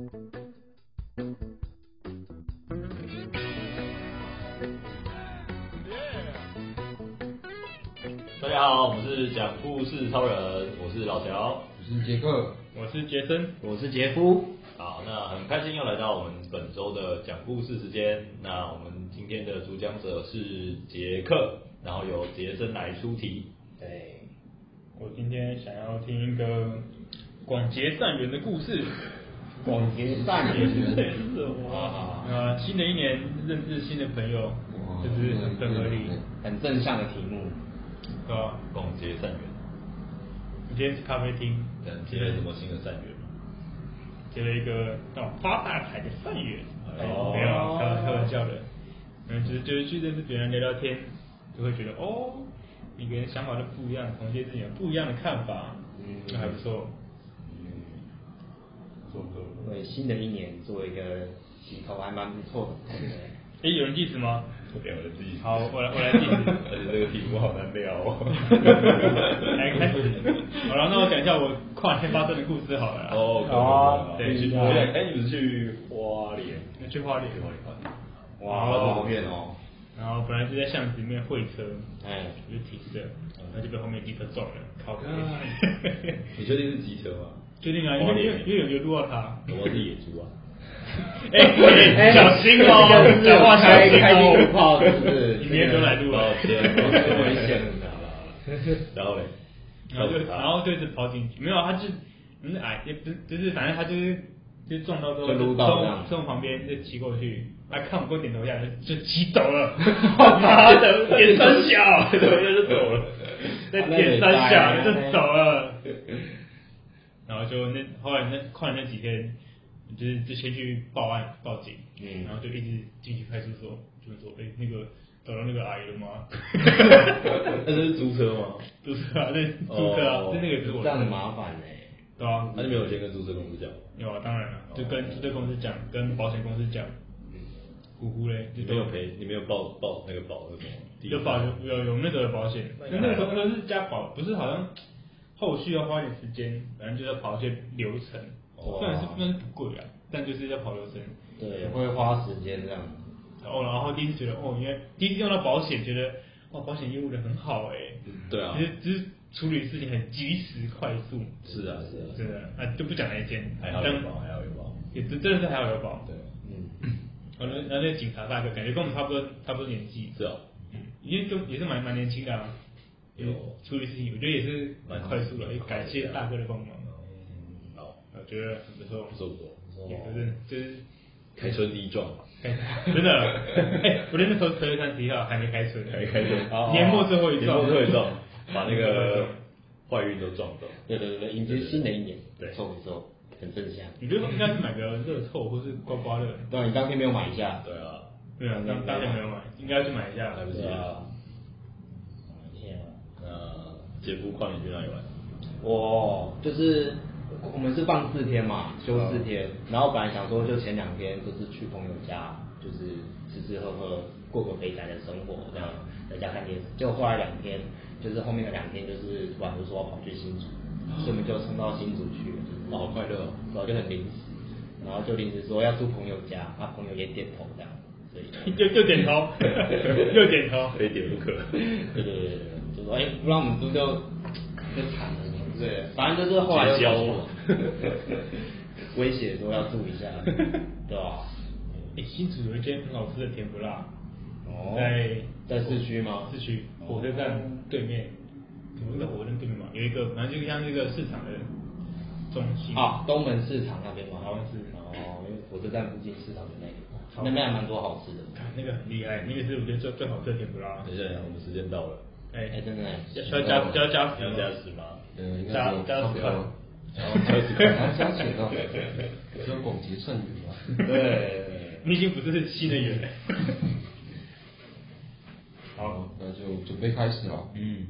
大家好，我们是讲故事超人，我是老乔， 我是杰克， 我是杰森， 我是杰夫。 好，那很开心又来到我们本周的讲故事时间。那我们今天的主讲者是杰克，然后由杰森来出题。 对， 我今天想要听一个广结善缘的故事。 广结善缘是什么？ 新的一年认识新的朋友，就是很合理， 很正向的题目。 对吧？ 广结善缘。 我今天是咖啡厅， 结了什么新的善缘吗？ 结了一个发大财的善缘。 哦没有啊，开玩笑的。就是去认识别人聊聊天，就会觉得每个人想法都不一样，同一件事情有不一样的看法，那还不错。 对，新的一年做一个起头还蛮不错的。 有人计时吗？ 我的计时。 好，我来计时。 而且这个题目好难聊哦。 来开始。好了，那我讲一下我跨年发生的故事好了。对， 你们是去花莲？ 去花莲。 哇，好远哦。 然后本来就在巷子里面会车，就停着，然后就被后面机车撞了，靠北。 你确定是机车吗？ 确定啊，因为有录到他。 我是野猪啊。 小心哦，讲话小心开地哦。 图炮是不是？ 你明天都来录了。 危险的。然后嘞？ 然后就一直跑进去，没有，他就矮，也不是，就是反正他就撞到之后，从我旁边就骑过去，看我给我点头一下，就骑走了。妈的，点三小， 对，就走了。 再点三小就走了。然后就后来快那几天，就先去报警，然后就一直进去派出所，就说那个找到那个阿姨了吗？ 那是租车吗？ 租车啊，对，租车啊，那个是我。 这样很麻烦对啊， 那你没有先跟租车公司讲？ 有啊，当然了，就跟租车公司讲，跟保险公司讲。呼呼嘞， 你没有赔，你没有报那个保那什么？ 有那个保险，那个时候是加保，不是好像后续要花点时间，反正就要跑一些流程。虽然是不贵啊，但就是要跑流程。 对，会花时间这样。 然后第一次觉得因为第一次用到保险，觉得保险业务人很好对啊。 就是处理事情很及时快速。 是啊。 真的就不讲那一间， 还好有保。 也真的是还好有保。 对。 然后那个警察大哥感觉跟我们差不多年纪。 是啊。 也是蛮年轻的啊。有处理事情，我觉得也是蛮快速的，也感谢大哥的帮忙。 好， 我觉得很不错。 不错。 也不是，就是开春第一撞。 真的，我那时候11号还没开春。年末最后一撞， 把那个坏运都撞走。 对，迎接新的一年。对，错，很正向。 你觉得应该是买个热凑或是刮刮乐？ 对，你当天没有买一下。 对啊， 当天没有买，应该要去买一下。 来不及了。杰夫跨年去哪里玩？ 就是我们是放4天嘛，休4天，然后本来想说就前2天就是去朋友家，就是吃喝喝，过个肥宅的生活这样，在家看电视。结果后来2天，就是后面的2天就是突然就说要跑去新竹，所以我们就冲到新竹去了。 好快乐哦。 然后就很临时，然后就临时说要住朋友家，朋友也点头这样，所以又点头，又点头， 非点不可。 对，就说不让我们住就惨了。对，反正就是后来交了， 威胁说要住一下，对吧？ 新竹有一间很好吃的甜不辣， 在市区吗？ 市区火车站对面，在火车站对面嘛，有一个反正就像这个市场的中心东门市场那边嘛， 好像是因为火车站附近市场的那边还蛮多好吃的。 那个很厉害，那个是我觉得最好吃的甜不辣。 等一下，我们时间到了。 真的要加时吗？ 应该加 10 块。 还加钱哦，只有广结善缘嘛。 对， 你已经不是新的缘了。 好，那就准备开始了。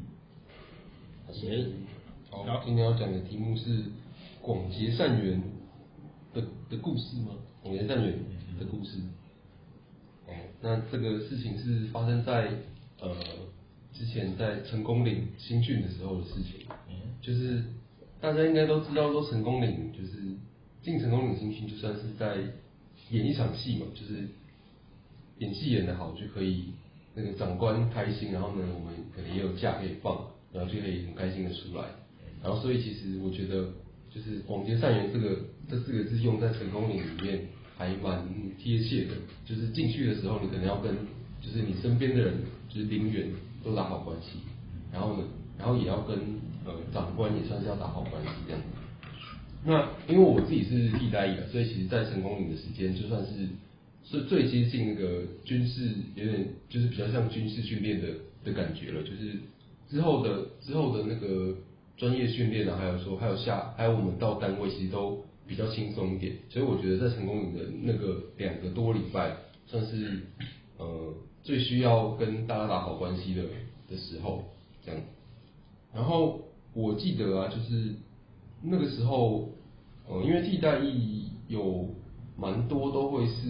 好，今天要讲的题目是广结善缘的故事吗？广结善缘的故事。那这个事情是发生在之前在成功岭新训的时候的事情。就是大家应该都知道说成功岭就是进成功岭新训就算是在演一场戏嘛，就是演戏演得好就可以那个长官开心，然后呢我们可能也有假可以放，然后就可以很开心的出来。然后所以其实我觉得就是广结善缘这4个字用在成功岭里面还蛮贴切的，就是进去的时候你可能要跟就是你身边的人就是邻员都打好关系，然后也要跟长官也算是要打好关系这样子。那因为我自己是替代役的，所以其实在成功岭的时间就算是最接近那个军事，有点就是比较像军事训练的感觉了，就是之后的那个专业训练啊，还有我们到单位其实都比较轻松一点，所以我觉得在成功岭的那个2个多礼拜算是最需要跟大家打好关系的时候这样。然后我记得啊，就是那个时候因为替代役有蛮多都会是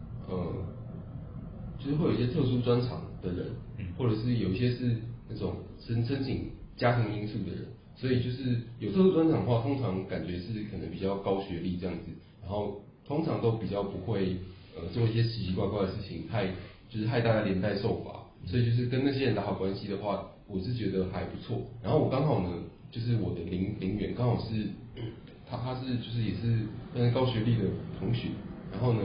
就是会有一些特殊专长的人，或者是有一些是那种申请家庭因素的人，所以就是有特殊专长的话，通常感觉是可能比较高学历这样子，然后通常都比较不会做一些奇奇怪怪的事情，害大家连带受罚，所以就是跟那些人打好关系的话，我是觉得还不错。然后我刚好呢，就是我的邻员刚好是他是就是也是高学历的同学，然后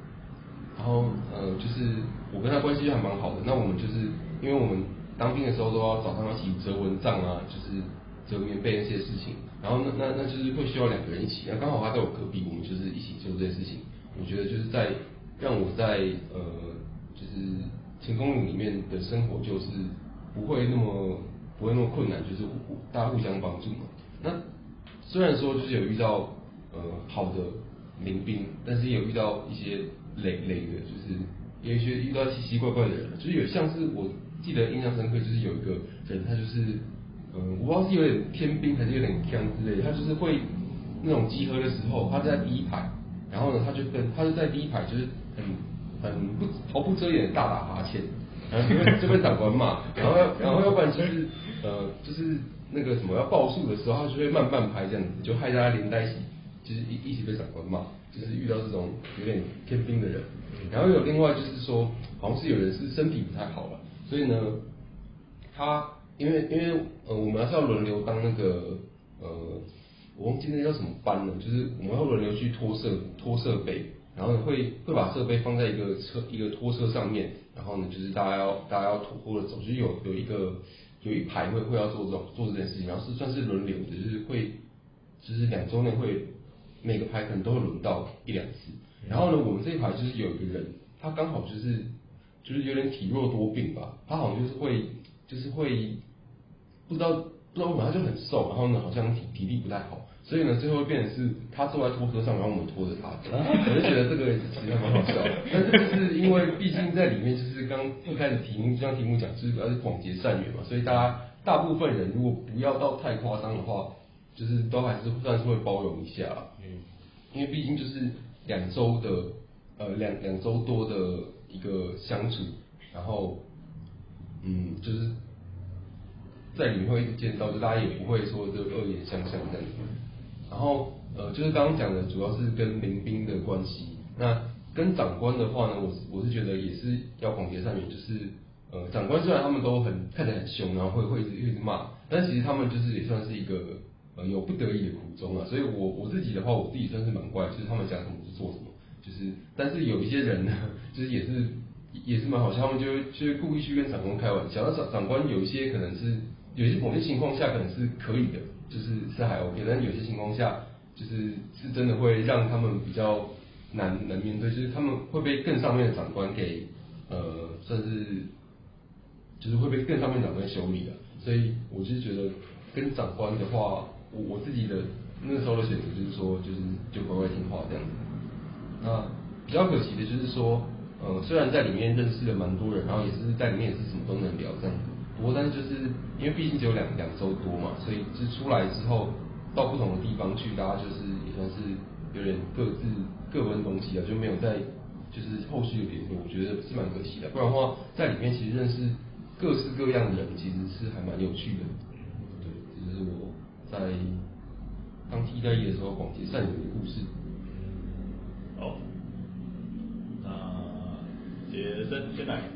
就是我跟他关系就还蛮好的。那我们就是因为我们当兵的时候都要早上要一起折蚊帐啊，就是折棉被那些事情，然后那就是会需要2个人一起。那刚好他在我隔壁，我们就是一起做这些事情。我觉得就是让我在就是成功岭里面的生活就是不会那么困难，就是大家互相帮助嘛。那虽然说就是有遇到好的民兵，但是也有遇到一些累的，就是有一些遇到奇奇怪怪的人，就是有像是我记得印象深刻，就是有一个人他就是我不知道是有点天兵还是有点强之类的，他就是会那种集合的时候，他在第一排，然后呢他就在第一排就是很毫不遮掩的大打哈欠，然后就被长官骂，然后要不然就是那个什么要报数的时候，他就会慢拍这样子，就害大家连在一起，就是一起被长官骂，就是遇到这种有点天兵的人。然后有另外就是说，好像是有人是身体不太好了，所以呢，他因为我们还是要轮流当那个我忘记那叫什么班了，就是我们要轮流去拖设备，然后呢会把设备放在一个拖车上面，然后呢就是大家要拖着走，就是有一排会要做这件事情，然后是算是轮流的，就是2周内会每个排可能都会轮到1-2次。然后呢，我们这一排就是有一个人，他刚好就是有点体弱多病吧，他好像就是会不知道为什么他就很瘦，然后呢好像体力不太好，所以呢最后会变成是他坐在拖车上，然后我们拖着他，我就觉得这个其实还蛮好笑的。但是就是因为毕竟在里面就是刚一开始就像题目讲，就是主要是广结善缘嘛，所以大部分人如果不要到太夸张的话，就是都还是算是会包容一下。因为毕竟就是2周的两周多的一个相处，然后就是在里面会一直见到，就大家也不会说就恶言相向这样子。然后就是刚刚讲的主要是跟民兵的关系，那跟长官的话呢，我是觉得也是要广结善缘，就是长官虽然他们都看起来很凶，然后会一直骂，但其实他们就是也算是一个有不得已的苦衷啊。所以我自己的话，我自己算是蛮怪，就是他们讲什么就做什么，就是但是有一些人呢，就是也是蛮好笑，他们就会故意去跟长官开玩笑。那长官有一些可能是某些情况下可能是可以的，是还 OK， 但是有些情况下是真的会让他们比较难面对，就是他们会被更上面的长官给算是就是会被更上面长官修理的。所以我就是觉得跟长官的话，我自己的那时候的选择就是说就乖乖听话这样子。那比较可惜的就是说虽然在里面认识了蛮多人，然后也是在里面也是什么都能聊这样子，不过但是就是因为毕竟只有两周多嘛，所以就是出来之后到不同的地方去，大家就是也算是有点各奔东西啊，就没有在就是后续的联络，我觉得是蛮可惜的。不然的话，在里面其实认识各式各样的人，其实是还蛮有趣的。对，这就是我在当替代役的时候广结善缘的故事。 生先来。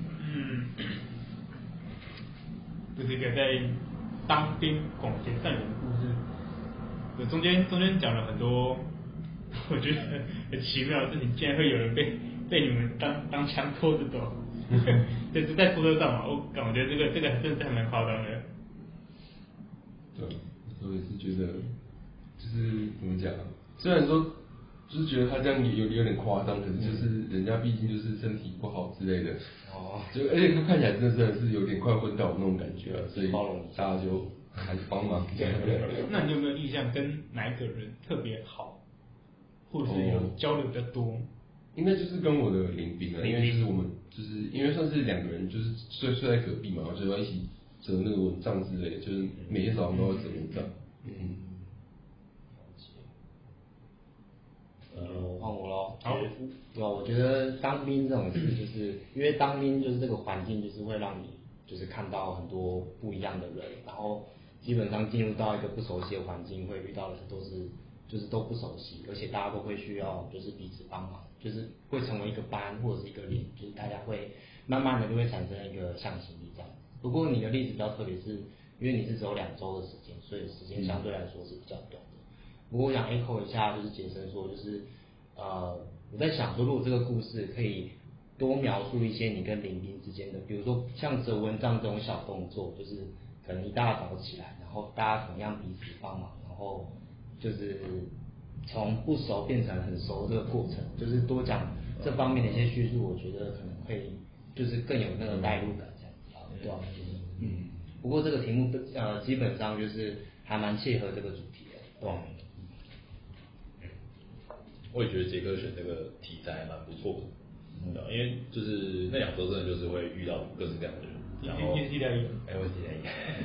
这是一个在当兵广结善缘的故事。中间讲了很多，我觉得很奇妙的事情，竟然会有人被你们当枪拖着走，就是在车上嘛，我觉得这个真的还蛮夸张的。 对，我也是觉得，就是怎么讲，虽然说就是觉得他这样有点夸张，可是就是人家毕竟就是身体不好之类的，就而且他看起来真的是有点快昏倒那种感觉了，所以大家就还是帮忙。 那你有没有印象跟哪一个人特别好，或者是有交流比较多？ 应该就是跟我的邻兵啊，因为就是我们就是因为算是两个人，就是睡在隔壁嘛，然后就要一起折那个蚊帐之类的，就是每天早上都要折蚊帐。 换我咯。 好， 对吧？我觉得当兵这种事，就是因为当兵就是这个环境，就是会让你就是看到很多不一样的人，然后基本上进入到一个不熟悉的环境，会遇到的就是都不熟悉，而且大家都会需要就是彼此帮忙，就是会成为一个班或者是一个连，就是大家会慢慢的就会产生一个向心力这样。不过你的例子比较特别，是因为你是只有2周的时间，所以时间相对来说是比较短的。不过我想 echo 一下，就是杰森说，就是我在想说，如果这个故事可以多描述一些你跟邻兵之间的，比如说像折蚊帐这种小动作，就是可能一大早起来，然后大家怎么样彼此帮忙，然后就是从不熟变成很熟这个过程，就是多讲这方面的一些叙述，我觉得可能会就是更有那个代入感这样子啊，对吧？不过这个题目基本上就是还蛮切合这个主题的，对吧？ 我也觉得杰克选这个题材还蛮不错的，因为就是那2周真的就是会遇到各式各样的人，然后天气在意， 我是在意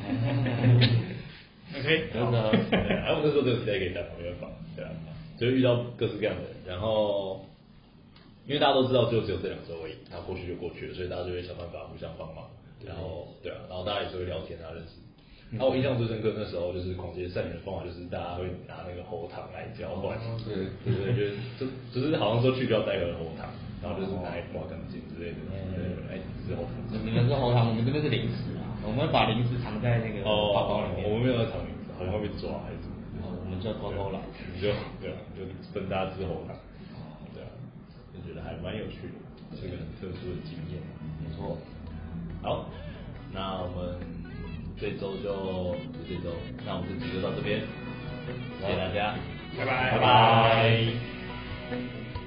，OK， 真的，我那时候这个题材可以讲，没办法，对啊，就会遇到各式各样的人，然后因为大家都知道只有这2周而已，然后过去就过去了，所以大家就会想办法互相帮忙，然后对啊，然后大家也是会聊天啊，认识。然后我印象最深刻，那时候就是广结善缘的方法，就是大家会拿那个喉糖来交换，对，就是好像说去就要带个喉糖，然后就是拿来刮干净之类的，哎，吃喉糖。 你们是喉糖，我们这边是零食啊，我们把零食藏在那个包包里面。 我们没有在藏零食，好像会被抓还是什么。 我们就偷偷来。 就对啊，就分大家吃喉糖，对啊，就觉得还蛮有趣的，是个很特殊的经验。 没错。 好，那我们这周那我们这集就到这边，谢谢大家， 拜拜， 拜拜。